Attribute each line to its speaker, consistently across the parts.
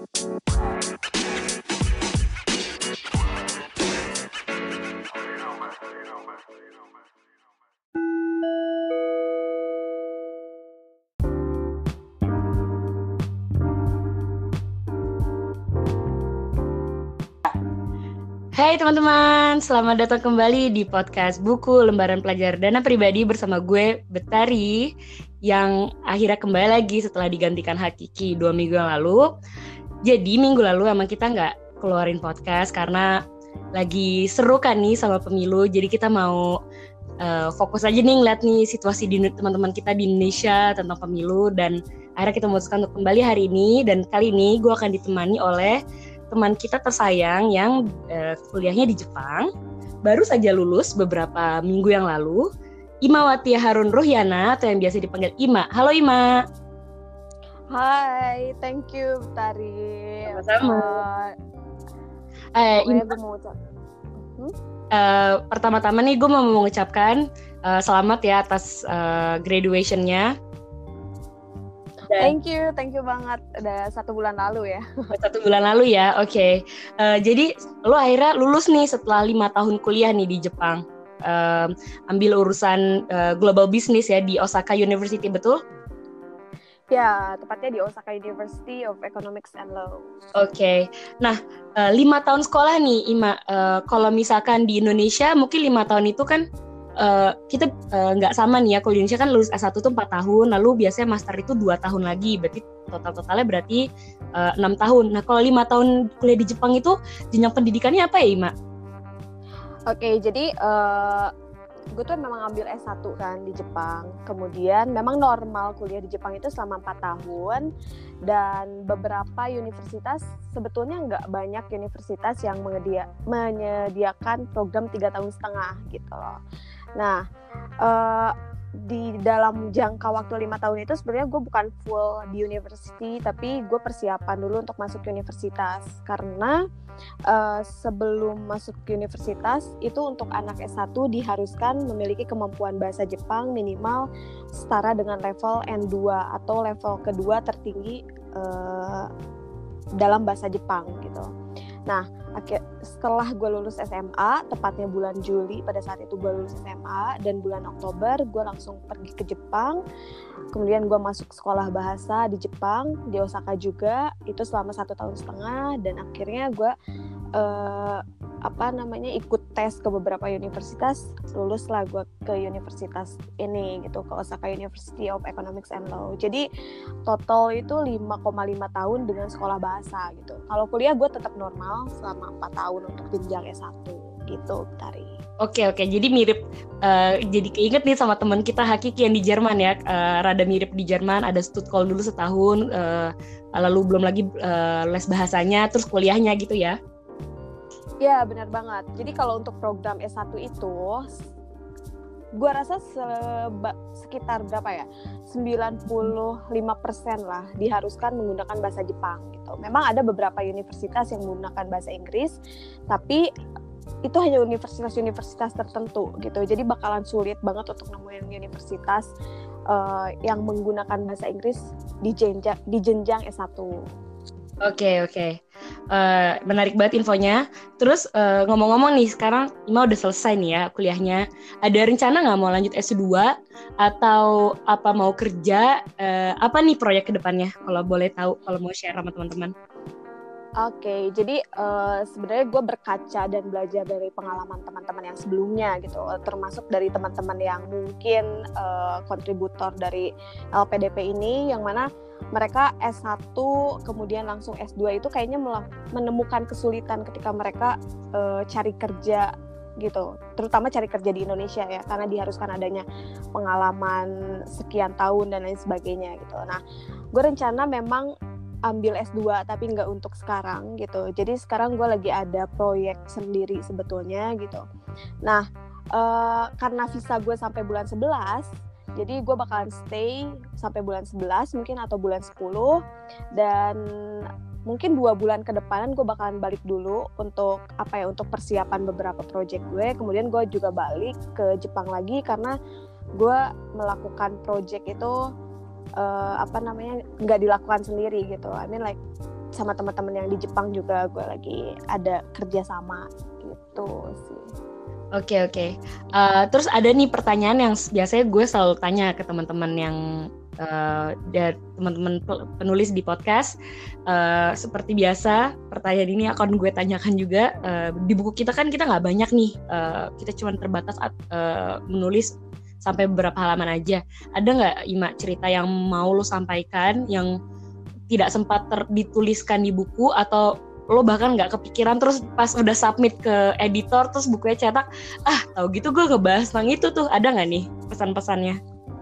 Speaker 1: Hai teman-teman, selamat datang kembali di podcast Buku Lembaran Pelajar Dana Pribadi bersama gue, Betari, yang akhirnya kembali lagi setelah digantikan Hakiki 2 minggu yang lalu. Jadi minggu lalu emang kita nggak keluarin podcast karena lagi seru kan nih sama pemilu, jadi kita mau fokus aja nih ngeliat nih situasi di teman-teman kita di Indonesia tentang pemilu, dan akhirnya kita memutuskan untuk kembali hari ini. Dan kali ini gue akan ditemani oleh teman kita tersayang yang kuliahnya di Jepang, baru saja lulus beberapa minggu yang lalu, Imawati Harun Ruhyana atau yang biasa dipanggil Ima. Halo Ima.
Speaker 2: Hai, thank you Tari.
Speaker 1: Sama-sama. Ima,
Speaker 2: gue mau ucap.
Speaker 1: Pertama-tama nih gue mau mengucapkan selamat ya atas graduation-nya.
Speaker 2: Thank you banget. Udah 1 bulan lalu ya.
Speaker 1: 1 bulan lalu ya, oke. Jadi lo akhirnya lulus nih setelah 5 tahun kuliah nih di Jepang. Ambil urusan global business ya di Osaka University, betul?
Speaker 2: Ya, tepatnya di Osaka University of Economics and Law.
Speaker 1: Oke. Nah, 5 tahun sekolah nih, Ima. Kalau misalkan di Indonesia mungkin 5 tahun itu kan kita nggak sama nih ya. Kalau di Indonesia kan lulus S1 tuh 4 tahun, lalu biasanya master itu 2 tahun lagi, berarti totalnya berarti 6 tahun. Nah, kalau 5 tahun kuliah di Jepang itu jenjang pendidikannya apa ya, Ima?
Speaker 2: Oke, jadi gue tuh memang ambil S1 kan di Jepang. Kemudian memang normal kuliah di Jepang itu selama 4 tahun, dan beberapa universitas, sebetulnya nggak banyak universitas yang menyediakan program 3,5 tahun gitu loh. Nah, di dalam jangka waktu 5 tahun itu sebenarnya gue bukan full di university, tapi gue persiapan dulu untuk masuk universitas. Karena sebelum masuk universitas itu untuk anak S1 diharuskan memiliki kemampuan bahasa Jepang minimal setara dengan level N2 atau level kedua tertinggi dalam bahasa Jepang gitu. Nah, setelah gue lulus SMA, tepatnya bulan Juli, pada saat itu gue lulus SMA, dan bulan Oktober gue langsung pergi ke Jepang. Kemudian gue masuk sekolah bahasa di Jepang, di Osaka juga, itu selama 1,5 tahun, dan akhirnya gue ikut tes ke beberapa universitas, luluslah gue ke universitas ini gitu, ke Osaka University of Economics and Law. Jadi total itu 5,5 tahun dengan sekolah bahasa gitu. Kalau kuliah gue tetap normal selama 4 tahun untuk jenjang S1 gitu, Tari. Oke,
Speaker 1: jadi mirip, jadi keinget nih sama teman kita Hakiki yang di Jerman ya, rada mirip di Jerman, ada Stuttgart dulu setahun, lalu belum lagi les bahasanya, terus kuliahnya gitu ya.
Speaker 2: Ya, benar banget. Jadi kalau untuk program S1 itu, gue rasa sekitar berapa ya? 95% lah diharuskan menggunakan bahasa Jepang gitu. Memang ada beberapa universitas yang menggunakan bahasa Inggris, tapi itu hanya universitas-universitas tertentu gitu. Jadi bakalan sulit banget untuk nemuin universitas yang menggunakan bahasa Inggris di jenjang S1.
Speaker 1: Oke. Menarik banget infonya. Terus ngomong-ngomong nih, sekarang Ima udah selesai nih ya kuliahnya. Ada rencana nggak mau lanjut S2 atau apa mau kerja? Apa nih proyek kedepannya? Kalau boleh tahu, kalau mau share sama teman-teman.
Speaker 2: Oke, jadi sebenarnya gue berkaca dan belajar dari pengalaman teman-teman yang sebelumnya gitu, termasuk dari teman-teman yang mungkin kontributor dari LPDP ini, yang mana mereka S1 kemudian langsung S2 itu kayaknya menemukan kesulitan ketika mereka cari kerja gitu, terutama cari kerja di Indonesia ya, karena diharuskan adanya pengalaman sekian tahun dan lain sebagainya gitu. Nah, gue rencana memang ambil S2 tapi nggak untuk sekarang gitu. Jadi sekarang gue lagi ada proyek sendiri sebetulnya gitu. Nah, karena visa gue sampai bulan 11, jadi gue bakalan stay sampai bulan 11 mungkin atau bulan 10, dan mungkin 2 bulan ke depan gue bakalan balik dulu untuk untuk persiapan beberapa project gue. Kemudian gue juga balik ke Jepang lagi karena gue melakukan project itu nggak dilakukan sendiri gitu. I mean like sama teman-teman yang di Jepang juga gue lagi ada kerjasama gitu sih.
Speaker 1: Oke. Terus ada nih pertanyaan yang biasanya gue selalu tanya ke teman-teman yang dari teman-teman penulis di podcast. Seperti biasa, pertanyaan ini akan gue tanyakan juga. Di buku kita kan kita nggak banyak nih, kita cuma terbatas menulis sampai beberapa halaman aja. Ada nggak, Ima, cerita yang mau lo sampaikan yang tidak sempat dituliskan di buku, atau lo bahkan nggak kepikiran, terus pas udah submit ke editor terus bukunya cetak, tahu gitu gue ngebahas tentang itu tuh, ada nggak nih pesan-pesannya?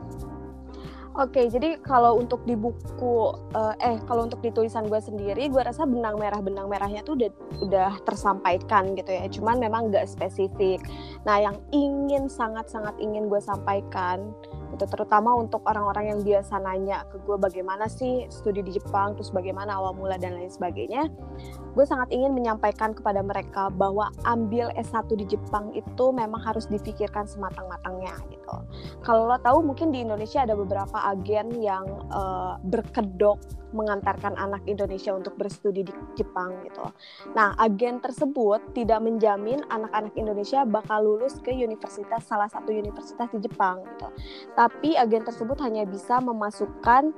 Speaker 2: Oke, jadi kalau untuk di buku, kalau untuk di tulisan gue sendiri, gue rasa benang merahnya tuh udah tersampaikan gitu ya. Cuman memang nggak spesifik. Nah, yang sangat ingin gue sampaikan, itu terutama untuk orang-orang yang biasa nanya ke gue bagaimana sih studi di Jepang, terus bagaimana awal mula dan lain sebagainya. Gue sangat ingin menyampaikan kepada mereka bahwa ambil S1 di Jepang itu memang harus difikirkan sematang-matangnya gitu. Kalau lo tahu, mungkin di Indonesia ada beberapa agen yang berkedok mengantarkan anak Indonesia untuk berstudi di Jepang gitu. Nah, agen tersebut tidak menjamin anak-anak Indonesia bakal lulus ke salah satu universitas di Jepang gitu. Tapi agen tersebut hanya bisa memasukkan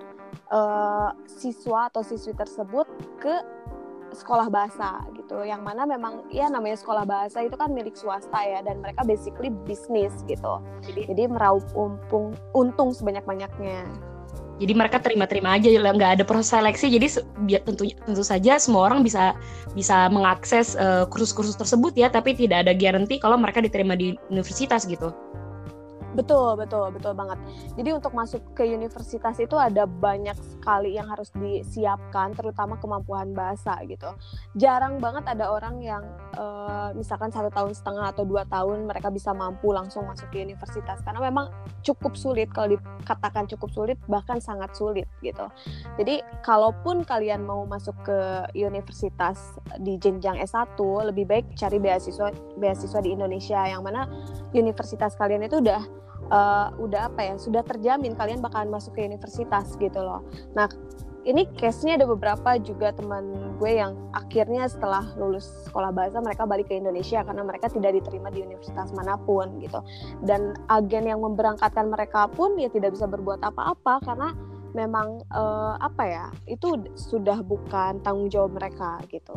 Speaker 2: siswa atau siswi tersebut ke sekolah bahasa gitu, yang mana memang ya namanya sekolah bahasa itu kan milik swasta ya, dan mereka basically bisnis gitu, jadi meraup untung sebanyak-banyaknya.
Speaker 1: Jadi mereka terima-terima aja, nggak ada proses seleksi, jadi tentu saja semua orang bisa mengakses kursus-kursus tersebut ya, tapi tidak ada garansi kalau mereka diterima di universitas gitu.
Speaker 2: Betul banget. Jadi untuk masuk ke universitas itu ada banyak sekali yang harus disiapkan, terutama kemampuan bahasa gitu. Jarang banget ada orang yang misalkan 1,5 tahun atau 2 tahun mereka bisa mampu langsung masuk ke universitas, karena memang cukup sulit. Kalau dikatakan cukup sulit, bahkan sangat sulit gitu. Jadi kalaupun kalian mau masuk ke universitas di jenjang S1, lebih baik cari beasiswa di Indonesia, yang mana universitas kalian itu sudah terjamin kalian bakalan masuk ke universitas gitu loh. Nah, ini case-nya ada beberapa juga teman gue yang akhirnya setelah lulus sekolah bahasa mereka balik ke Indonesia karena mereka tidak diterima di universitas manapun gitu. Dan agen yang memberangkatkan mereka pun ya tidak bisa berbuat apa-apa karena memang itu sudah bukan tanggung jawab mereka gitu.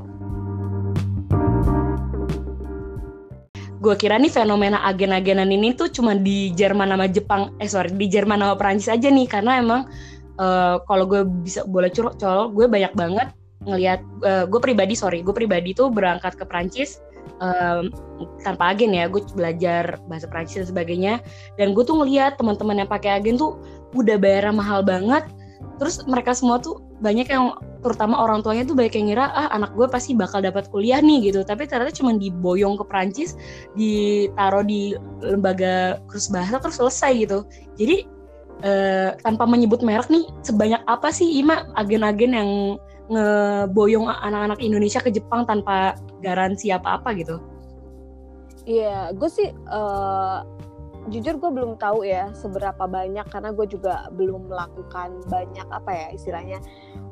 Speaker 1: Gue kira nih fenomena agen-agenan ini tuh cuma di Jerman sama di Jerman sama Perancis aja nih, karena emang kalau gue boleh curcol, gue banyak banget ngelihat, gue pribadi tuh berangkat ke Perancis tanpa agen ya, gue belajar bahasa Perancis dan sebagainya, dan gue tuh ngelihat teman-teman yang pakai agen tuh udah bayarnya mahal banget, terus mereka semua tuh banyak yang, terutama orang tuanya tuh banyak yang ngira anak gue pasti bakal dapat kuliah nih gitu, tapi ternyata cuma diboyong ke Perancis, ditaruh di lembaga kursus bahasa terus selesai gitu. Jadi tanpa menyebut merek nih, sebanyak apa sih, Ima, agen-agen yang ngeboyong anak-anak Indonesia ke Jepang tanpa garansi apa-apa gitu?
Speaker 2: Iya, gue sih jujur gue belum tahu ya seberapa banyak, karena gue juga belum melakukan banyak istilahnya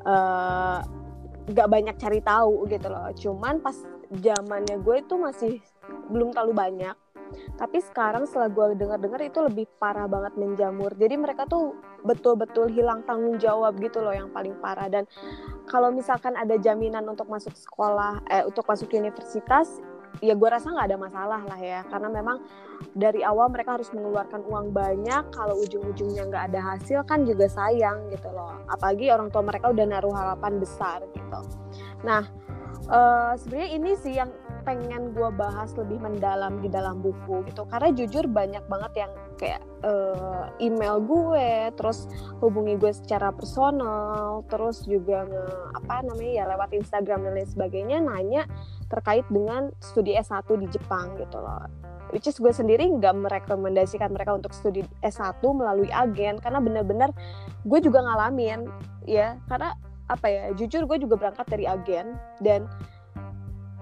Speaker 2: gak banyak cari tahu gitu loh. Cuman pas zamannya gue itu masih belum terlalu banyak, tapi sekarang setelah gue dengar itu lebih parah banget menjamur. Jadi mereka tuh betul-betul hilang tanggung jawab gitu loh, yang paling parah. Dan kalau misalkan ada jaminan untuk masuk untuk masuk universitas, ya gue rasa nggak ada masalah lah ya, karena memang dari awal mereka harus mengeluarkan uang banyak. Kalau ujung-ujungnya nggak ada hasil kan juga sayang gitu loh, apalagi orang tua mereka udah naruh harapan besar gitu. Nah, sebenarnya ini sih yang pengen gue bahas lebih mendalam di dalam buku gitu, karena jujur banyak banget yang kayak email gue, terus hubungi gue secara personal, terus juga lewat Instagram dan lain sebagainya, nanya terkait dengan studi S1 di Jepang gitu loh. Which is gue sendiri nggak merekomendasikan mereka untuk studi S1 melalui agen, karena benar-benar gue juga ngalamin ya, karena jujur gue juga berangkat dari agen, dan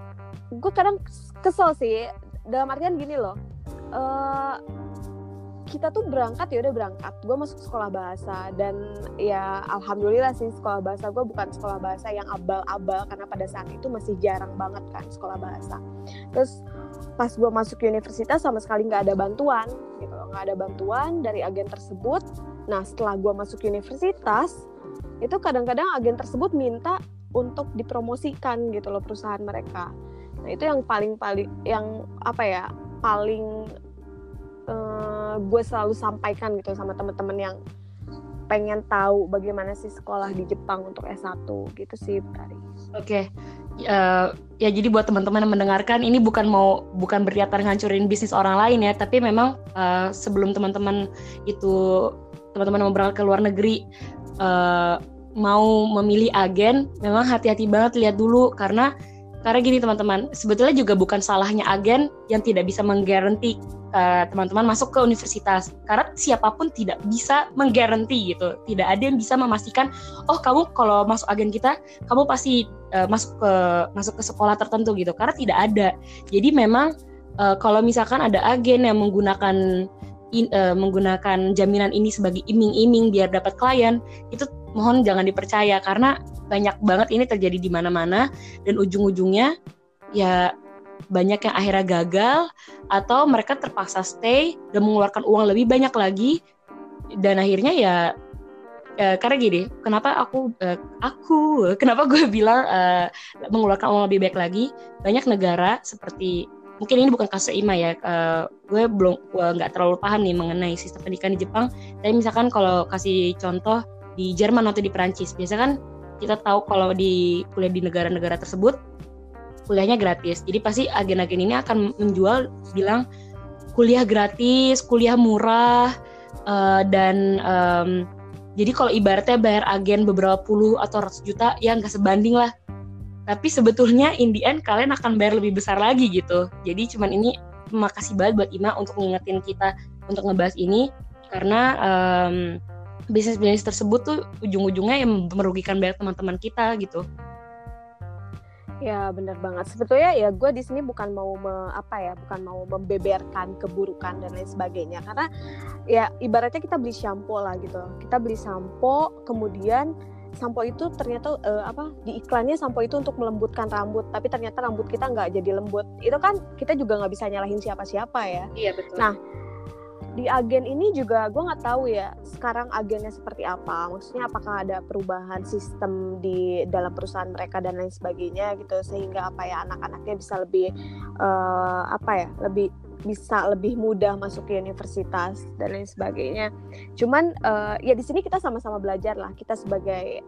Speaker 2: gue kadang kesel sih, dalam artian gini loh, kita tuh berangkat, ya udah berangkat, gue masuk sekolah bahasa, dan ya alhamdulillah sih sekolah bahasa gue bukan sekolah bahasa yang abal-abal, karena pada saat itu masih jarang banget kan sekolah bahasa. Terus pas gue masuk universitas sama sekali nggak ada bantuan gitu loh, nggak ada bantuan dari agen tersebut. Nah setelah gue masuk universitas itu kadang-kadang agen tersebut minta untuk dipromosikan gitu loh perusahaan mereka. Nah itu yang paling yang apa ya, paling gue selalu sampaikan gitu sama teman-teman yang pengen tahu bagaimana sih sekolah di Jepang untuk S1 gitu sih, Tari.
Speaker 1: Oke. Ya jadi buat teman-teman yang mendengarkan, ini bukan berniatan ngancurin bisnis orang lain ya, tapi memang sebelum teman-teman mau berangkat ke luar negeri, mau memilih agen, memang hati-hati banget lihat dulu, karena gini teman-teman, sebetulnya juga bukan salahnya agen yang tidak bisa menggaranti teman-teman masuk ke universitas, karena siapapun tidak bisa menggaranti gitu. Tidak ada yang bisa memastikan, oh kamu kalau masuk agen kita, kamu pasti masuk ke sekolah tertentu gitu, karena tidak ada. Jadi memang kalau misalkan ada agen yang menggunakan jaminan ini sebagai iming-iming biar dapat klien, itu mohon jangan dipercaya, karena banyak banget ini terjadi di mana-mana, dan ujung-ujungnya ya banyak yang akhirnya gagal, atau mereka terpaksa stay dan mengeluarkan uang lebih banyak lagi, dan akhirnya ya karena gini, kenapa gue bilang mengeluarkan uang lebih banyak lagi, banyak negara seperti, mungkin ini bukan kasus IMA ya, gue nggak terlalu paham nih mengenai sistem pendidikan di Jepang, tapi misalkan kalau kasih contoh di Jerman atau di Perancis, biasa kan kita tahu kalau di kuliah di negara-negara tersebut kuliahnya gratis. Jadi pasti agen-agen ini akan menjual, bilang kuliah gratis, kuliah murah, dan jadi kalau ibaratnya bayar agen beberapa puluh atau ratus juta, ya nggak sebanding lah. Tapi sebetulnya in the end kalian akan bayar lebih besar lagi gitu. Jadi cuman ini, makasih banget buat Ima untuk ngingetin kita untuk ngebahas ini, karena bisnis-bisnis tersebut tuh ujung-ujungnya yang merugikan banyak teman-teman kita gitu.
Speaker 2: Ya benar banget. Sebetulnya ya gue di sini bukan mau membeberkan keburukan dan lain sebagainya, karena ya ibaratnya kita beli shampoo lah gitu. Kita beli shampoo, kemudian sampo itu ternyata di iklannya sampo itu untuk melembutkan rambut, tapi ternyata rambut kita nggak jadi lembut. Itu kan kita juga nggak bisa nyalahin siapa-siapa ya.
Speaker 1: Iya betul.
Speaker 2: Nah di agen ini juga gue nggak tahu ya sekarang agennya seperti apa, maksudnya apakah ada perubahan sistem di dalam perusahaan mereka dan lain sebagainya gitu, sehingga anak-anaknya bisa lebih mudah masuk ke universitas dan lain sebagainya. Cuman ya di sini kita sama-sama belajar lah, kita sebagai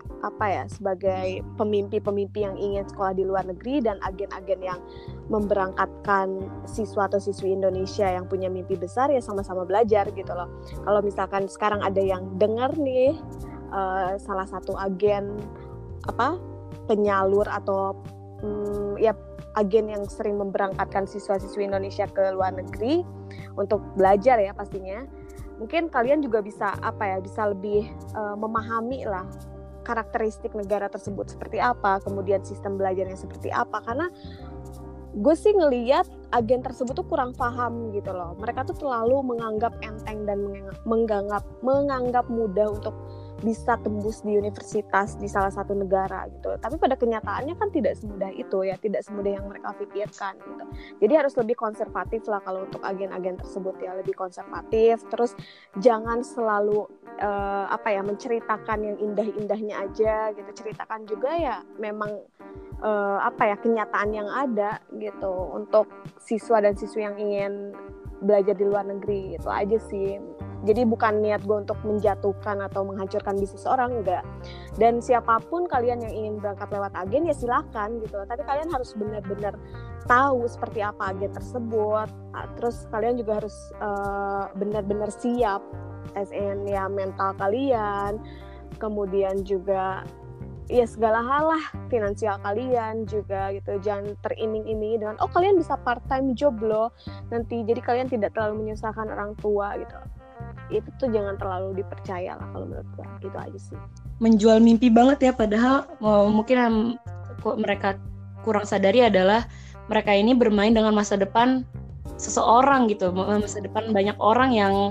Speaker 2: pemimpi yang ingin sekolah di luar negeri, dan agen-agen yang memberangkatkan siswa atau siswi Indonesia yang punya mimpi besar, ya sama-sama belajar gitu loh. Kalau misalkan sekarang ada yang dengar nih salah satu agen penyalur atau agen yang sering memberangkatkan siswa-siswi Indonesia ke luar negeri untuk belajar ya pastinya, mungkin kalian juga bisa lebih memahami lah karakteristik negara tersebut seperti apa, kemudian sistem belajarnya seperti apa, karena gue sih ngelihat agen tersebut tuh kurang paham gitu loh. Mereka tuh terlalu menganggap enteng dan menganggap mudah untuk bisa tembus di universitas di salah satu negara gitu. Tapi pada kenyataannya kan tidak semudah itu ya, tidak semudah yang mereka pikirkan gitu. Jadi harus lebih konservatif lah kalau untuk agen-agen tersebut ya, lebih konservatif. Terus jangan selalu menceritakan yang indah-indahnya aja gitu. Ceritakan juga ya memang kenyataan yang ada gitu untuk siswa dan siswi yang ingin belajar di luar negeri. Itu aja sih. Jadi bukan niat gue untuk menjatuhkan atau menghancurkan bisnis orang, enggak. Dan siapapun kalian yang ingin berangkat lewat agen ya silakan gitu. Tapi kalian harus benar-benar tahu seperti apa agen tersebut. Terus kalian juga harus benar-benar siap as in ya mental kalian. Kemudian juga ya segala hal lah, finansial kalian juga gitu. Jangan teriming-imingi dengan kalian bisa part time job loh nanti, jadi kalian tidak terlalu menyusahkan orang tua gitu. Itu tuh jangan terlalu dipercaya lah kalau menurut gue, gitu aja sih.
Speaker 1: Menjual mimpi banget ya, padahal mungkin yang mereka kurang sadari adalah mereka ini bermain dengan masa depan seseorang gitu, masa depan banyak orang yang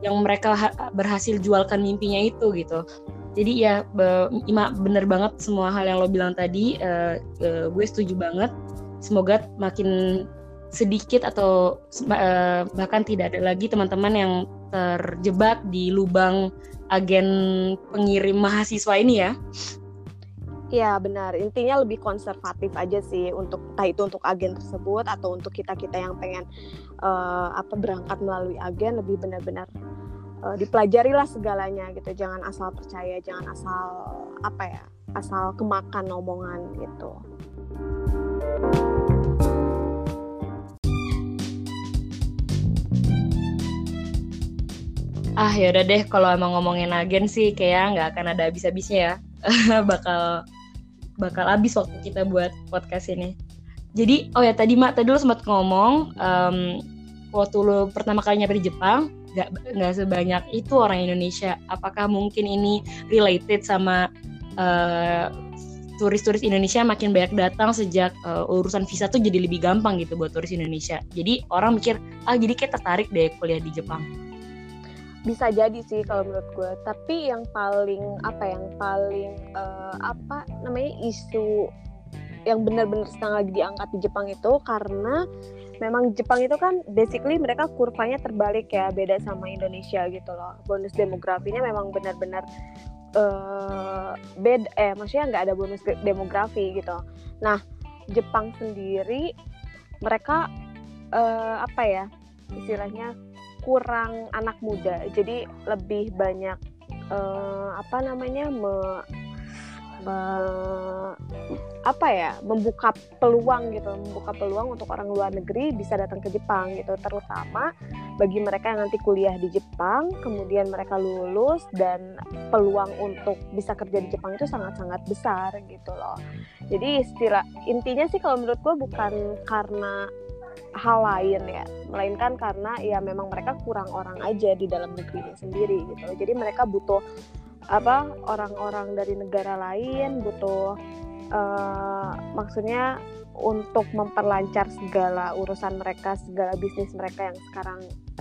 Speaker 1: yang mereka berhasil jualkan mimpinya itu gitu. Jadi ya Ima, bener banget semua hal yang lo bilang tadi, gue setuju banget. Semoga makin sedikit atau bahkan tidak ada lagi teman-teman yang terjebak di lubang agen pengirim mahasiswa ini ya.
Speaker 2: Ya benar, intinya lebih konservatif aja sih untuk entah itu untuk agen tersebut atau untuk kita yang pengen berangkat melalui agen, lebih benar-benar dipelajarilah segalanya gitu, jangan asal percaya, jangan asal kemakan omongan gitu.
Speaker 1: Yaudah deh, kalau emang ngomongin agen sih kayak nggak akan ada habis-habisnya ya. bakal habis waktu kita buat podcast ini. Jadi, tadi lo sempat ngomong waktu lo pertama kali nyampe di Jepang, nggak sebanyak itu orang Indonesia. Apakah mungkin ini related sama turis-turis Indonesia makin banyak datang sejak urusan visa tuh jadi lebih gampang gitu buat turis Indonesia. Jadi orang mikir, jadi kayak tertarik deh kuliah di Jepang.
Speaker 2: Bisa jadi sih kalau menurut gue, tapi yang paling isu yang benar-benar sedang lagi diangkat di Jepang itu, karena memang Jepang itu kan basically mereka kurvanya terbalik ya, beda sama Indonesia gitu loh. Bonus demografinya memang benar-benar maksudnya nggak ada bonus demografi gitu. Nah, Jepang sendiri mereka istilahnya kurang anak muda, jadi lebih banyak membuka peluang untuk orang luar negeri bisa datang ke Jepang gitu, terutama bagi mereka yang nanti kuliah di Jepang, kemudian mereka lulus dan peluang untuk bisa kerja di Jepang itu sangat-sangat besar gitu loh. Jadi intinya sih kalau menurut gue bukan karena hal lain ya, melainkan karena ya memang mereka kurang orang aja di dalam negerinya sendiri gitu. Jadi mereka butuh orang-orang dari negara lain, butuh maksudnya untuk memperlancar segala urusan mereka, segala bisnis mereka yang sekarang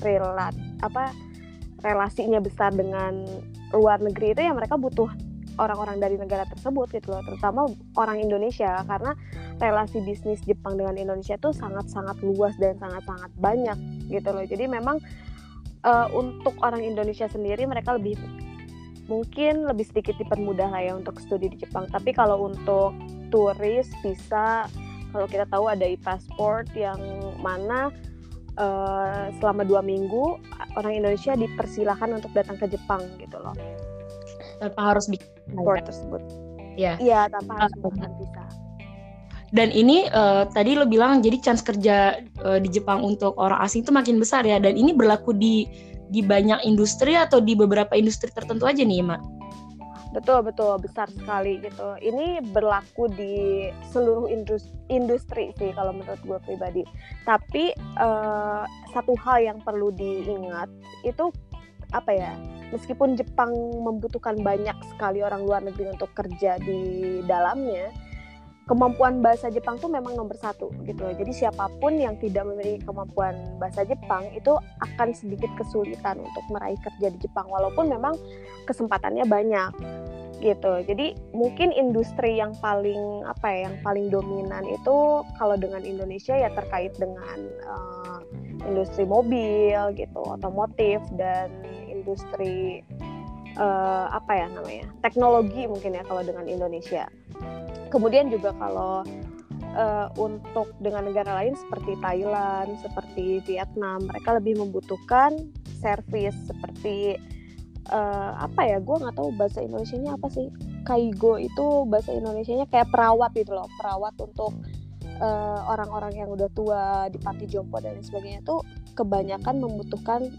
Speaker 2: relasinya besar dengan luar negeri itu, ya mereka butuh orang-orang dari negara tersebut gitu loh, terutama orang Indonesia, karena relasi bisnis Jepang dengan Indonesia itu sangat-sangat luas dan sangat-sangat banyak gitu loh. Jadi memang untuk orang Indonesia sendiri mereka mungkin lebih sedikit dipermudah lah ya untuk studi di Jepang. Tapi kalau untuk turis bisa, kalau kita tahu ada e-passport yang mana selama 2 minggu orang Indonesia dipersilahkan untuk datang ke Jepang gitu loh.
Speaker 1: Tanpa harus bikin
Speaker 2: passport tersebut.
Speaker 1: Iya,
Speaker 2: tanpa harus bikin visa.
Speaker 1: Dan ini tadi lo bilang jadi chance kerja di Jepang untuk orang asing itu makin besar ya, dan ini berlaku di banyak industri atau di beberapa industri tertentu aja nih, Mak?
Speaker 2: Betul, besar sekali gitu. Ini berlaku di seluruh industri sih kalau menurut gue pribadi. Tapi satu hal yang perlu diingat itu meskipun Jepang membutuhkan banyak sekali orang luar negeri untuk kerja di dalamnya, kemampuan bahasa Jepang tuh memang nomor 1 gitu. Jadi siapapun yang tidak memiliki kemampuan bahasa Jepang itu akan sedikit kesulitan untuk meraih kerja di Jepang, walaupun memang kesempatannya banyak gitu. Jadi mungkin industri yang paling dominan itu kalau dengan Indonesia ya terkait dengan industri mobil gitu, otomotif, dan industri teknologi mungkin ya kalau dengan Indonesia. Kemudian juga kalau untuk dengan negara lain seperti Thailand, seperti Vietnam, mereka lebih membutuhkan service seperti gue nggak tahu bahasa Indonesianya apa sih. Kaigo itu bahasa Indonesianya kayak perawat gitu loh, perawat untuk orang-orang yang udah tua di panti jompo dan lain sebagainya, tuh kebanyakan membutuhkan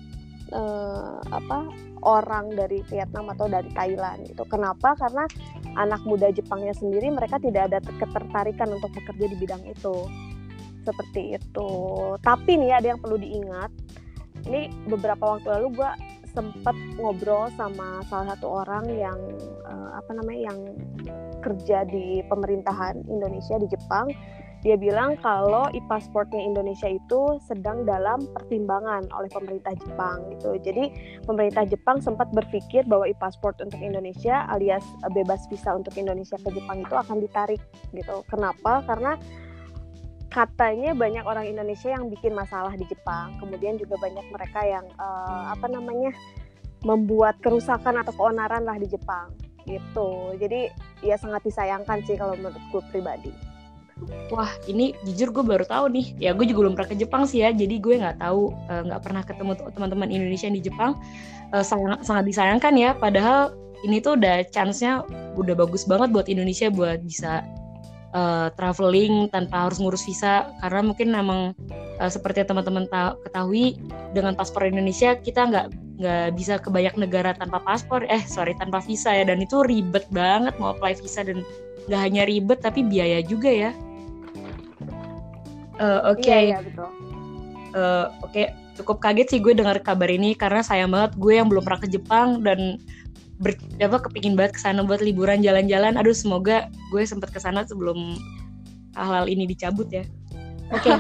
Speaker 2: orang dari Vietnam atau dari Thailand gitu. Kenapa? Karena anak muda Jepangnya sendiri mereka tidak ada ketertarikan untuk bekerja di bidang itu. Seperti itu. Tapi nih ada yang perlu diingat. Ini beberapa waktu lalu gue sempat ngobrol sama salah satu orang yang yang kerja di pemerintahan Indonesia di Jepang. Dia bilang kalau e-passportnya Indonesia itu sedang dalam pertimbangan oleh pemerintah Jepang gitu. Jadi pemerintah Jepang sempat berpikir bahwa e-passport untuk Indonesia alias bebas visa untuk Indonesia ke Jepang itu akan ditarik gitu. Kenapa? Karena katanya banyak orang Indonesia yang bikin masalah di Jepang. Kemudian juga banyak mereka yang membuat kerusakan atau keonaran lah di Jepang gitu. Jadi ya sangat disayangkan sih kalau menurut gue pribadi.
Speaker 1: Wah, ini jujur gue baru tahu nih. Ya gue juga belum pernah ke Jepang sih ya. Jadi gue nggak tahu, nggak pernah ketemu teman-teman Indonesia yang di Jepang. Sangat disayangkan ya. Padahal ini tuh udah chance-nya udah bagus banget buat Indonesia buat bisa traveling tanpa harus ngurus visa. Karena mungkin memang seperti yang teman-teman ketahui, dengan paspor Indonesia kita nggak bisa ke banyak negara tanpa tanpa visa ya. Dan itu ribet banget mau apply visa, dan nggak hanya ribet tapi biaya juga ya. Oke.
Speaker 2: Iya, betul.
Speaker 1: Oke, cukup kaget sih gue dengar kabar ini karena sayang banget gue yang belum pernah ke Jepang dan kepingin banget kesana buat liburan jalan-jalan. Aduh, semoga gue sempat kesana sebelum hal-hal ini dicabut ya. Oke,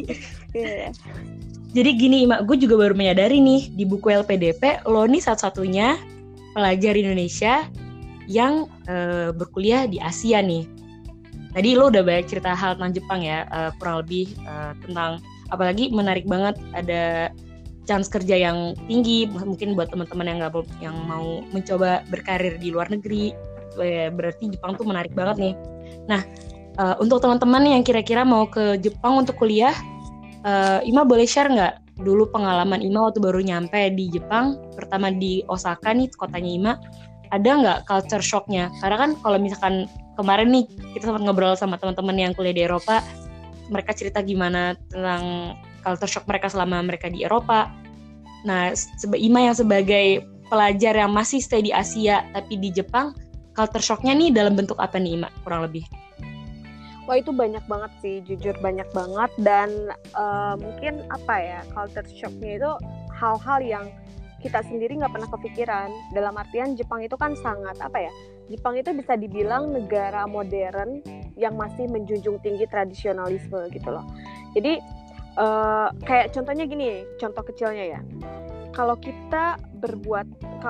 Speaker 1: jadi gini Ima, gue juga baru menyadari nih di buku LPDP lo nih satu-satunya pelajar Indonesia yang berkuliah di Asia nih. Tadi lo udah banyak cerita hal tentang Jepang ya, kurang lebih tentang, apalagi menarik banget ada chance kerja yang tinggi, mungkin buat teman-teman yang mau mencoba berkarir di luar negeri, berarti Jepang tuh menarik banget nih. Nah, untuk teman-teman yang kira-kira mau ke Jepang untuk kuliah, Ima boleh share nggak dulu pengalaman Ima waktu baru nyampe di Jepang, pertama di Osaka nih, kotanya Ima, ada nggak culture shock-nya? Karena kan kalau misalkan kemarin nih kita sempat ngobrol sama teman-teman yang kuliah di Eropa, mereka cerita gimana tentang culture shock mereka selama mereka di Eropa. Nah, Ima yang sebagai pelajar yang masih stay di Asia tapi di Jepang, culture shock-nya nih dalam bentuk apa nih Ima kurang lebih?
Speaker 2: Wah, itu banyak banget sih, jujur banyak banget. Dan mungkin culture shock-nya itu hal-hal yang kita sendiri nggak pernah kepikiran. Dalam artian Jepang itu kan sangat Jepang itu bisa dibilang negara modern yang masih menjunjung tinggi tradisionalisme gitu loh. Jadi kayak contohnya gini, contoh kecilnya ya. Kalau kita berbuat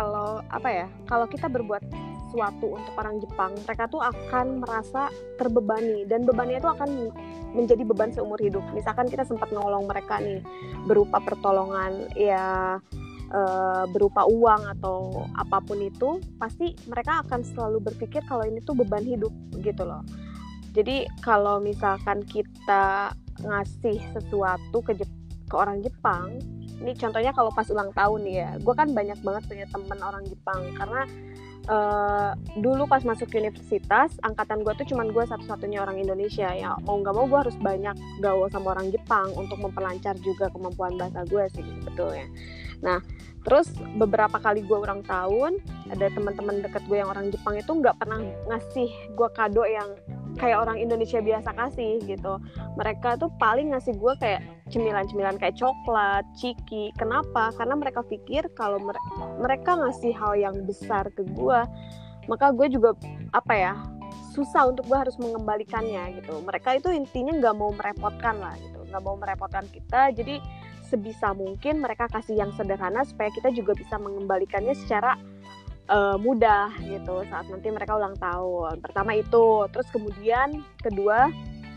Speaker 2: sesuatu untuk orang Jepang, mereka tuh akan merasa terbebani, dan bebannya itu akan menjadi beban seumur hidup. Misalkan kita sempat nolong mereka nih berupa pertolongan ya, berupa uang atau apapun itu, pasti mereka akan selalu berpikir kalau ini tuh beban hidup gitu loh. Jadi kalau misalkan kita ngasih sesuatu ke orang Jepang, ini contohnya kalau pas ulang tahun nih ya, gue kan banyak banget punya temen orang Jepang karena dulu pas masuk universitas, angkatan gue tuh cuman gue satu-satunya orang Indonesia ya. Mau nggak mau gue harus banyak gaul sama orang Jepang untuk memperlancar juga kemampuan bahasa gue sih sebetulnya. Nah, terus beberapa kali gue ulang tahun, ada teman-teman deket gue yang orang Jepang itu nggak pernah ngasih gue kado yang kayak orang Indonesia biasa kasih gitu. Mereka tuh paling ngasih gue kayak cemilan-cemilan kayak coklat, ciki. Kenapa? Karena mereka pikir kalau mereka ngasih hal yang besar ke gue, maka gue juga susah untuk gue harus mengembalikannya gitu. Mereka itu intinya nggak mau merepotkan lah gitu, nggak mau merepotkan kita. Jadi sebisa mungkin mereka kasih yang sederhana supaya kita juga bisa mengembalikannya secara mudah gitu saat nanti mereka ulang tahun. Pertama itu, terus kemudian kedua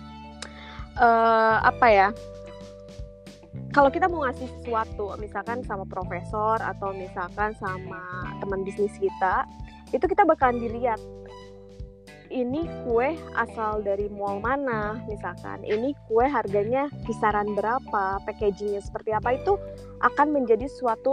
Speaker 2: kalau kita mau ngasih sesuatu misalkan sama profesor atau misalkan sama teman bisnis kita, itu kita bakalan dilihat ini kue asal dari mall mana, misalkan ini kue harganya kisaran berapa, packagingnya seperti apa, itu akan menjadi suatu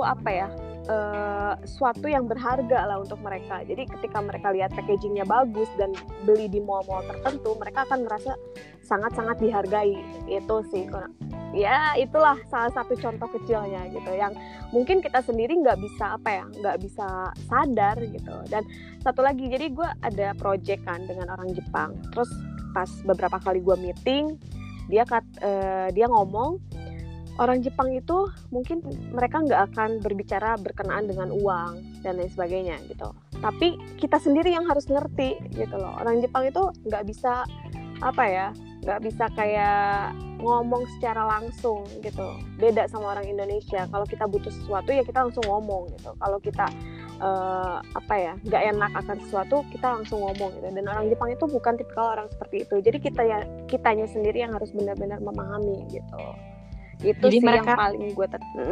Speaker 2: suatu yang berharga lah untuk mereka. Jadi ketika mereka lihat packagingnya bagus dan beli di mall-mall tertentu, mereka akan merasa sangat-sangat dihargai. Itu sih, ya itulah salah satu contoh kecilnya gitu, yang mungkin kita sendiri nggak bisa sadar gitu. Dan satu lagi, jadi gue ada project kan dengan orang Jepang. Terus pas beberapa kali gue meeting, dia ngomong, orang Jepang itu mungkin mereka nggak akan berbicara berkenaan dengan uang dan lain sebagainya gitu. Tapi kita sendiri yang harus ngerti gitu loh. Orang Jepang itu nggak bisa apa ya, nggak bisa kayak ngomong secara langsung gitu. Beda sama orang Indonesia. Kalau kita butuh sesuatu ya kita langsung ngomong gitu. Kalau kita apa ya, nggak enak akan sesuatu kita langsung ngomong gitu. Dan orang Jepang itu bukan tipikal orang seperti itu. Jadi kitanya sendiri yang harus benar-benar memahami gitu. Itu
Speaker 1: Jadi
Speaker 2: sih
Speaker 1: mereka,
Speaker 2: yang paling gue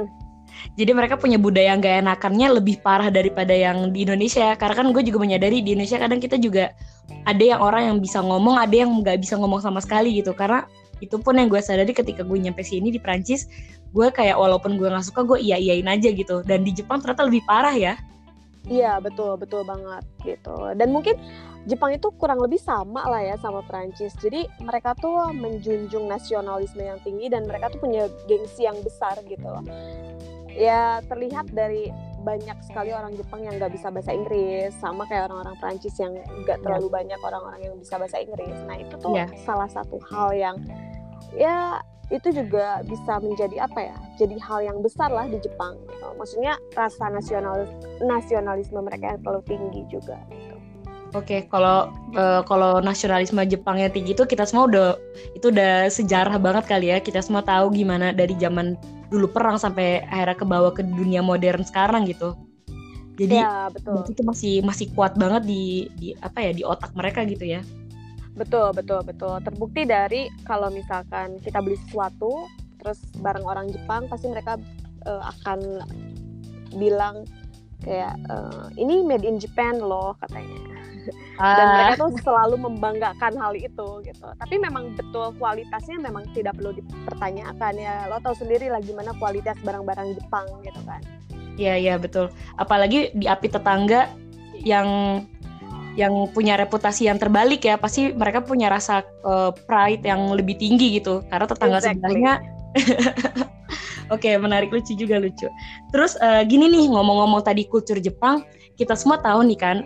Speaker 1: jadi mereka punya budaya yang gak enakannya lebih parah daripada yang di Indonesia. Karena kan gue juga menyadari di Indonesia kadang kita juga ada yang orang yang bisa ngomong, ada yang nggak bisa ngomong sama sekali gitu. Karena itu pun yang gue sadari ketika gue nyampe sini di Prancis, gue kayak walaupun gue nggak suka gue iyain aja gitu. Dan di Jepang ternyata lebih parah ya.
Speaker 2: Iya, betul banget gitu. Dan mungkin Jepang itu kurang lebih sama lah ya sama Prancis. Jadi mereka tuh menjunjung nasionalisme yang tinggi dan mereka tuh punya gengsi yang besar gitu loh. Ya terlihat dari banyak sekali orang Jepang yang nggak bisa bahasa Inggris, sama kayak orang-orang Prancis yang nggak terlalu banyak orang-orang yang bisa bahasa Inggris. Nah itu tuh salah satu hal yang ya itu juga bisa menjadi apa ya, jadi hal yang besar lah di Jepang gitu. Maksudnya rasa nasionalisme mereka yang terlalu tinggi juga gitu.
Speaker 1: Oke, kalau nasionalisme Jepangnya tinggi itu kita semua udah sejarah banget kali ya. Kita semua tahu gimana dari zaman dulu perang sampai akhirnya ke bawah ke dunia modern sekarang gitu. Jadi
Speaker 2: ya, betul.
Speaker 1: Itu masih kuat banget di apa ya, di otak mereka gitu ya.
Speaker 2: Betul. Terbukti dari kalau misalkan kita beli sesuatu terus barang orang Jepang, pasti mereka akan bilang kayak ini made in Japan loh katanya. Dan mereka tuh selalu membanggakan hal itu gitu. Tapi memang betul kualitasnya memang tidak perlu dipertanyakan ya. Lo tahu sendiri lah gimana kualitas barang-barang Jepang gitu kan.
Speaker 1: Iya betul. Apalagi di api tetangga yang punya reputasi yang terbalik ya, pasti mereka punya rasa pride yang lebih tinggi gitu karena tetangga sebelahnya. Oke, menarik, lucu. Terus gini nih, ngomong-ngomong tadi kultur Jepang, kita semua tahu nih kan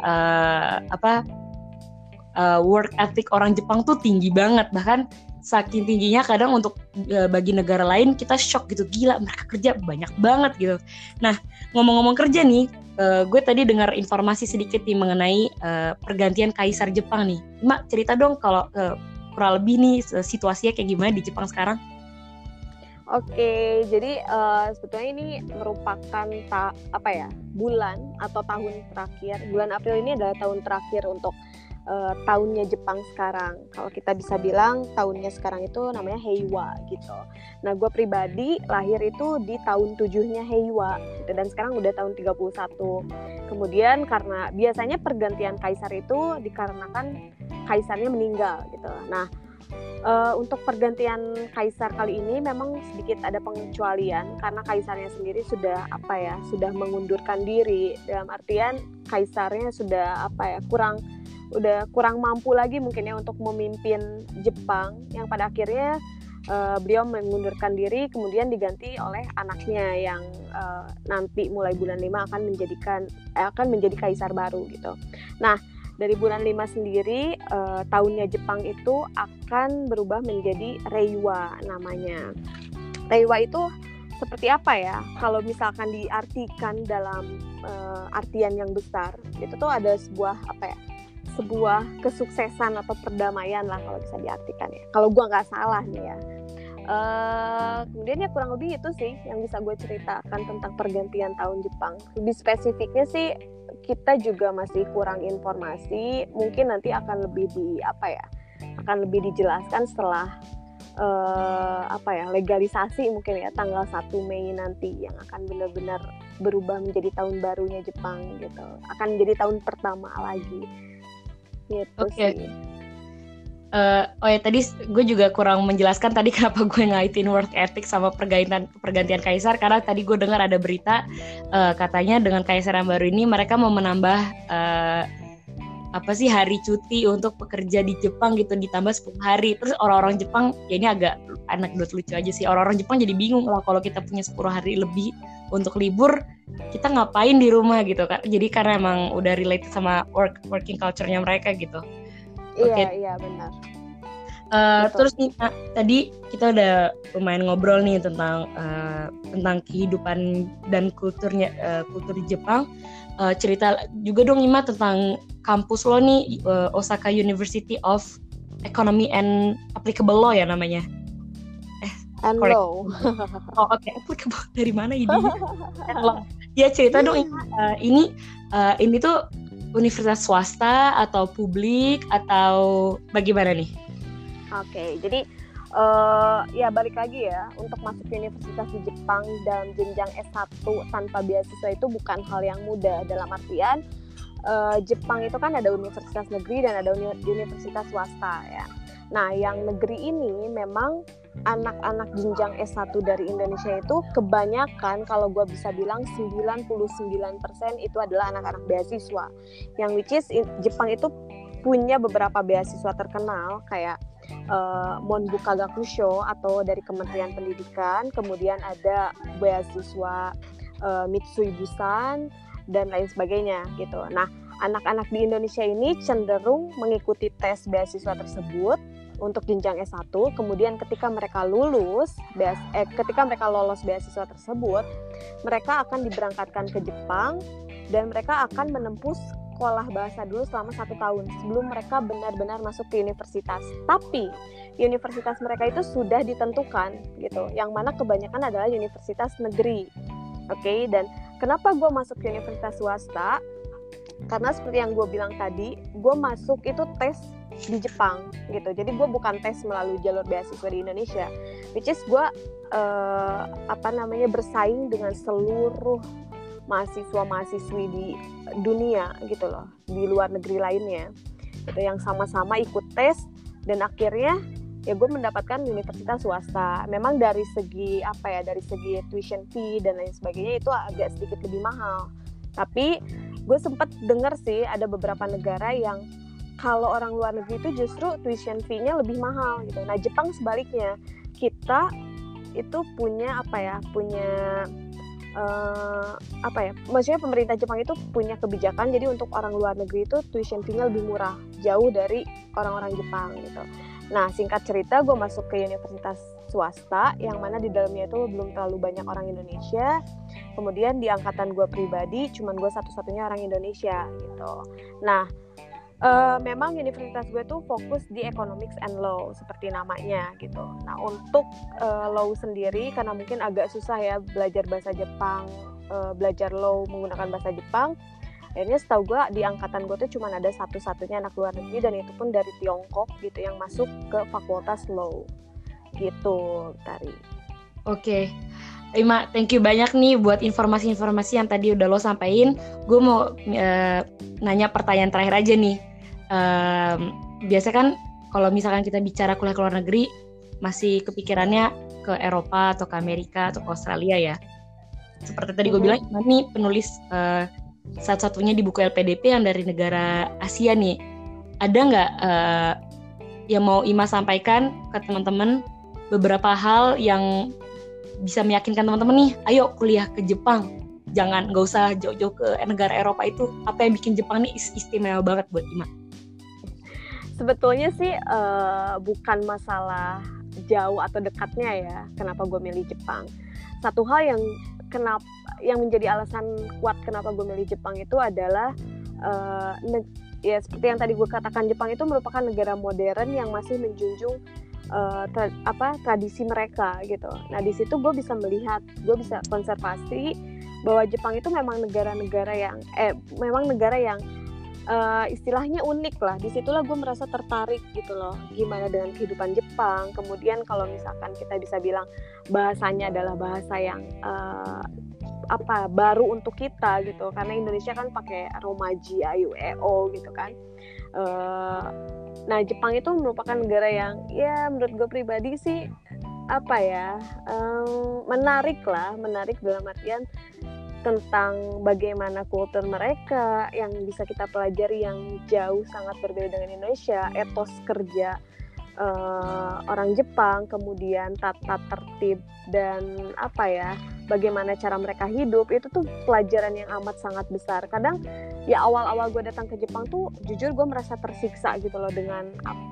Speaker 1: work ethic orang Jepang tuh tinggi banget, bahkan saking tingginya kadang untuk bagi negara lain kita shock gitu, gila mereka kerja banyak banget gitu. Nah, ngomong-ngomong kerja nih, gue tadi dengar informasi sedikit nih mengenai pergantian kaisar Jepang nih. Mak, cerita dong kalau kurang lebih nih situasinya kayak gimana di Jepang sekarang.
Speaker 2: Oke, jadi sebetulnya ini merupakan bulan atau tahun terakhir. Bulan April ini adalah tahun terakhir untuk tahunnya Jepang sekarang. Kalau kita bisa bilang tahunnya sekarang itu namanya Heiwa gitu. Nah, gue pribadi lahir itu di tahun 7-nya Heiwa gitu, dan sekarang udah tahun 31. Kemudian karena biasanya pergantian kaisar itu dikarenakan kaisarnya meninggal gitu. Nah, untuk pergantian kaisar kali ini memang sedikit ada pengecualian karena kaisarnya sendiri sudah mengundurkan diri, dalam artian kaisarnya sudah kurang mampu lagi mungkin ya untuk memimpin Jepang, yang pada akhirnya beliau mengundurkan diri kemudian diganti oleh anaknya yang nanti mulai bulan 5 akan menjadi kaisar baru gitu. Nah, dari bulan 5 sendiri tahunnya Jepang itu akan berubah menjadi Reiwa namanya. Reiwa itu seperti apa ya? Kalau misalkan diartikan dalam artian yang besar, itu tuh ada sebuah kesuksesan atau perdamaian lah kalau bisa diartikan ya. Kalau gue nggak salah nih ya. Kemudian ya kurang lebih itu sih yang bisa gue ceritakan tentang pergantian tahun Jepang. Lebih spesifiknya sih kita juga masih kurang informasi. Mungkin nanti akan lebih dijelaskan setelah legalisasi mungkin ya, tanggal 1 Mei nanti yang akan benar-benar berubah menjadi tahun barunya Jepang gitu. Akan menjadi tahun pertama lagi. Gitu sih.
Speaker 1: Tadi gue juga kurang menjelaskan tadi kenapa gue ngaitin work ethic sama pergantian kaisar, karena tadi gue dengar ada berita katanya dengan kaisar yang baru ini mereka mau menambah hari cuti untuk pekerja di Jepang gitu, ditambah 10 hari. Terus orang-orang Jepang, ya ini agak anekdot lucu aja sih, orang-orang Jepang jadi bingung lah kalau kita punya 10 hari lebih untuk libur, kita ngapain di rumah gitu kan. Jadi karena emang udah related sama working culture-nya mereka gitu.
Speaker 2: Iya benar.
Speaker 1: Terus nih tadi kita udah lumayan ngobrol nih tentang kehidupan dan kultur di Jepang. Cerita juga dong Ima tentang kampus lo nih, Osaka University of Economy and Applicable Law ya namanya.
Speaker 2: And
Speaker 1: correct.
Speaker 2: law.
Speaker 1: Oh oke, applicable dari mana ini? And law. Ya cerita dong ini tuh universitas swasta atau publik atau bagaimana nih?
Speaker 2: Oke, jadi ya balik lagi ya, untuk masuk ke universitas di Jepang dalam jenjang S1 tanpa beasiswa itu bukan hal yang mudah. Dalam artian Jepang itu kan ada universitas negeri dan ada universitas swasta ya. Nah, yang negeri ini memang anak-anak jenjang S1 dari Indonesia itu kebanyakan, kalau gue bisa bilang 99% itu adalah anak-anak beasiswa. Yang which is Jepang itu punya beberapa beasiswa terkenal kayak Monbuka Gakusho atau dari Kementerian Pendidikan, kemudian ada beasiswa Mitsui Busan dan lain sebagainya gitu. Nah, anak-anak di Indonesia ini cenderung mengikuti tes beasiswa tersebut untuk jenjang S1, kemudian ketika mereka lolos beasiswa tersebut, mereka akan diberangkatkan ke Jepang dan mereka akan menempuh sekolah bahasa dulu selama 1 tahun sebelum mereka benar-benar masuk ke universitas. Tapi universitas mereka itu sudah ditentukan gitu, yang mana kebanyakan adalah universitas negeri. Oke, dan kenapa gue masuk ke universitas swasta? Karena seperti yang gue bilang tadi, gue masuk itu tes di Jepang gitu. Jadi gue bukan tes melalui jalur beasiswa di Indonesia, which is gue bersaing dengan seluruh mahasiswa-mahasiswi di dunia gitu loh, di luar negeri lainnya gitu, yang sama-sama ikut tes dan akhirnya ya gue mendapatkan universitas swasta. Memang dari segi dari segi tuition fee dan lain sebagainya itu agak sedikit lebih mahal, tapi gue sempat dengar sih ada beberapa negara yang kalau orang luar negeri itu justru tuition fee-nya lebih mahal gitu. Nah, Jepang sebaliknya, kita itu punya maksudnya pemerintah Jepang itu punya kebijakan, jadi untuk orang luar negeri itu tuition fee-nya lebih murah, jauh dari orang-orang Jepang gitu. Nah, singkat cerita, gue masuk ke universitas swasta yang mana di dalamnya itu belum terlalu banyak orang Indonesia. Kemudian di angkatan gue pribadi cuman gue satu-satunya orang Indonesia gitu. Nah, memang universitas gue tuh fokus di economics and law seperti namanya gitu. Nah, untuk law sendiri karena mungkin agak susah ya belajar bahasa Jepang, belajar law menggunakan bahasa Jepang. Akhirnya setahu gue di angkatan gue tuh cuma ada satu-satunya anak luar negeri, dan itu pun dari Tiongkok gitu yang masuk ke fakultas law gitu, Tari.
Speaker 1: Oke. Ima, thank you banyak nih buat informasi-informasi yang tadi udah lo sampaikan. Gue mau nanya pertanyaan terakhir aja nih. Biasa kan kalau misalkan kita bicara kuliah ke luar negeri, masih kepikirannya ke Eropa atau ke Amerika atau ke Australia ya. Seperti tadi gue bilang, Ima nih penulis satu-satunya di buku LPDP yang dari negara Asia nih. Ada nggak yang mau Ima sampaikan ke teman-teman, beberapa hal yang bisa meyakinkan teman-teman nih, ayo kuliah ke Jepang, nggak usah jauh-jauh ke negara Eropa itu. Apa yang bikin Jepang nih istimewa banget buat Ima?
Speaker 2: Sebetulnya sih bukan masalah jauh atau dekatnya ya, kenapa gue milih Jepang. Satu hal yang menjadi alasan kuat kenapa gue milih Jepang itu adalah ya seperti yang tadi gue katakan, Jepang itu merupakan negara modern yang masih menjunjung tradisi mereka gitu. Nah, di situ gue bisa melihat, gue bisa konservasi bahwa Jepang itu memang negara yang istilahnya unik lah. Disitulah gue merasa tertarik gitu loh, gimana dengan kehidupan Jepang. Kemudian kalau misalkan kita bisa bilang bahasanya adalah bahasa yang baru untuk kita gitu, karena Indonesia kan pakai romaji, ayu, eo gitu kan. Nah, Jepang itu merupakan negara yang ya menurut gue pribadi sih menarik dalam artian tentang bagaimana kultur mereka yang bisa kita pelajari yang jauh sangat berbeda dengan Indonesia, etos kerja orang Jepang, kemudian tata tertib dan bagaimana cara mereka hidup, itu tuh pelajaran yang amat sangat besar. Kadang ya awal-awal gue datang ke Jepang tuh jujur gue merasa tersiksa gitu loh dengan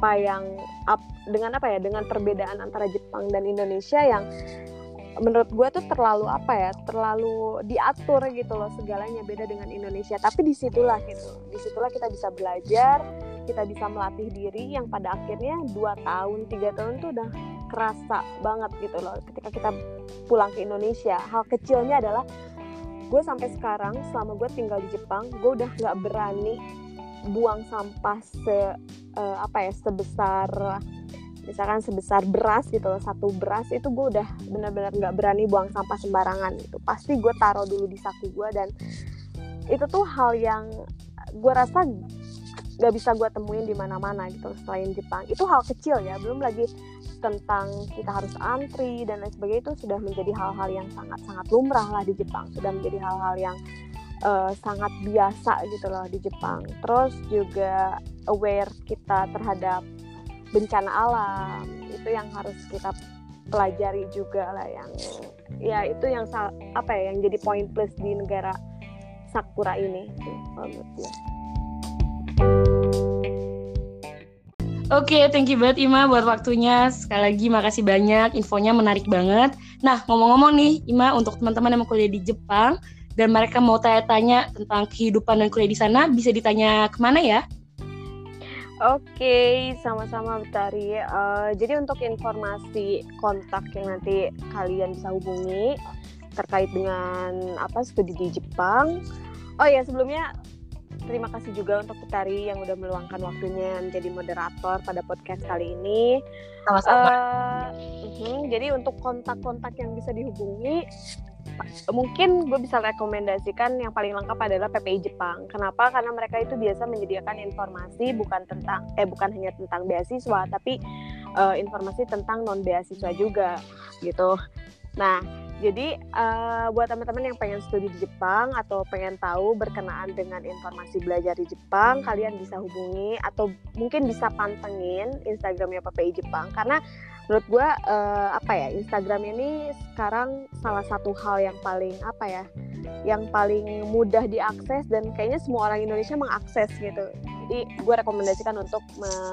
Speaker 2: dengan perbedaan antara Jepang dan Indonesia yang menurut gue tuh terlalu diatur gitu loh, segalanya beda dengan Indonesia. Tapi disitulah kita bisa belajar kita bisa melatih diri yang pada akhirnya 2 tahun, 3 tahun tuh udah kerasa banget gitu loh ketika kita pulang ke Indonesia. Hal kecilnya adalah gue sampai sekarang selama gue tinggal di Jepang, gue udah gak berani buang sampah sebesar misalkan sebesar beras gitu loh, 1 beras itu gue udah benar-benar gak berani buang sampah sembarangan gitu. Pasti gue taruh dulu di saku gue, dan itu tuh hal yang gue rasa gak bisa gue temuin di mana-mana gitu selain Jepang. Itu hal kecil ya, belum lagi tentang kita harus antri dan lain sebagainya. Itu sudah menjadi hal-hal yang sangat-sangat lumrah lah di Jepang, sudah menjadi hal-hal yang sangat biasa gitu loh di Jepang. Terus juga aware kita terhadap bencana alam, itu yang harus kita pelajari juga lah, yang ya itu yang yang jadi poin plus di negara Sakura ini menurut gue.
Speaker 1: Oke, thank you banget Ima buat waktunya. Sekali lagi makasih banyak, infonya menarik banget. Nah, ngomong-ngomong nih Ima, untuk teman-teman yang mau kuliah di Jepang dan mereka mau tanya-tanya tentang kehidupan dan kuliah di sana, bisa ditanya kemana ya?
Speaker 2: Oke, sama-sama Betari. Jadi untuk informasi kontak yang nanti kalian bisa hubungi terkait dengan studi di Jepang. Oh ya, sebelumnya terima kasih juga untuk Betari yang udah meluangkan waktunya menjadi moderator pada podcast kali ini.
Speaker 1: Sama-sama.
Speaker 2: Jadi untuk kontak-kontak yang bisa dihubungi, mungkin gue bisa rekomendasikan yang paling lengkap adalah PPI Jepang. Kenapa? Karena mereka itu biasa menyediakan informasi bukan hanya tentang beasiswa, tapi informasi tentang non beasiswa juga gitu. Nah, jadi buat teman-teman yang pengen studi di Jepang atau pengen tahu berkenaan dengan informasi belajar di Jepang, kalian bisa hubungi atau mungkin bisa pantengin Instagramnya PPI Jepang, karena menurut gue Instagram ini sekarang salah satu hal yang paling mudah diakses dan kayaknya semua orang Indonesia mengakses gitu. Jadi gue rekomendasikan untuk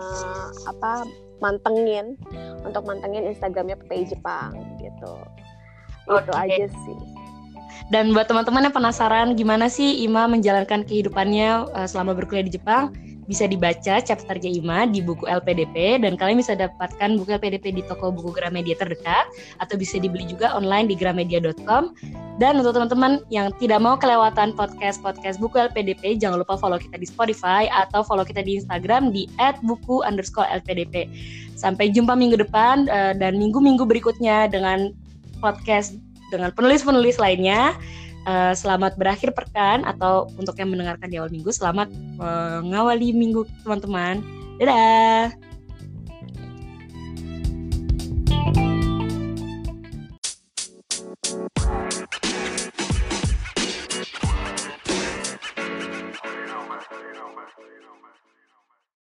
Speaker 2: mantengin Instagramnya PPI Jepang gitu. Itu aja sih.
Speaker 1: Dan buat teman-teman yang penasaran gimana sih Ima menjalankan kehidupannya selama berkuliah di Jepang, bisa dibaca chapternya Ima di buku LPDP, dan kalian bisa dapatkan buku LPDP di toko buku Gramedia terdekat atau bisa dibeli juga online di gramedia.com. Dan untuk teman-teman yang tidak mau kelewatan podcast buku LPDP, jangan lupa follow kita di Spotify atau follow kita di Instagram di @buku_LPDP. Sampai jumpa minggu depan dan minggu-minggu berikutnya dengan podcast dengan penulis-penulis lainnya. Selamat berakhir pekan, atau untuk yang mendengarkan di awal minggu, selamat mengawali minggu teman-teman. Dadah!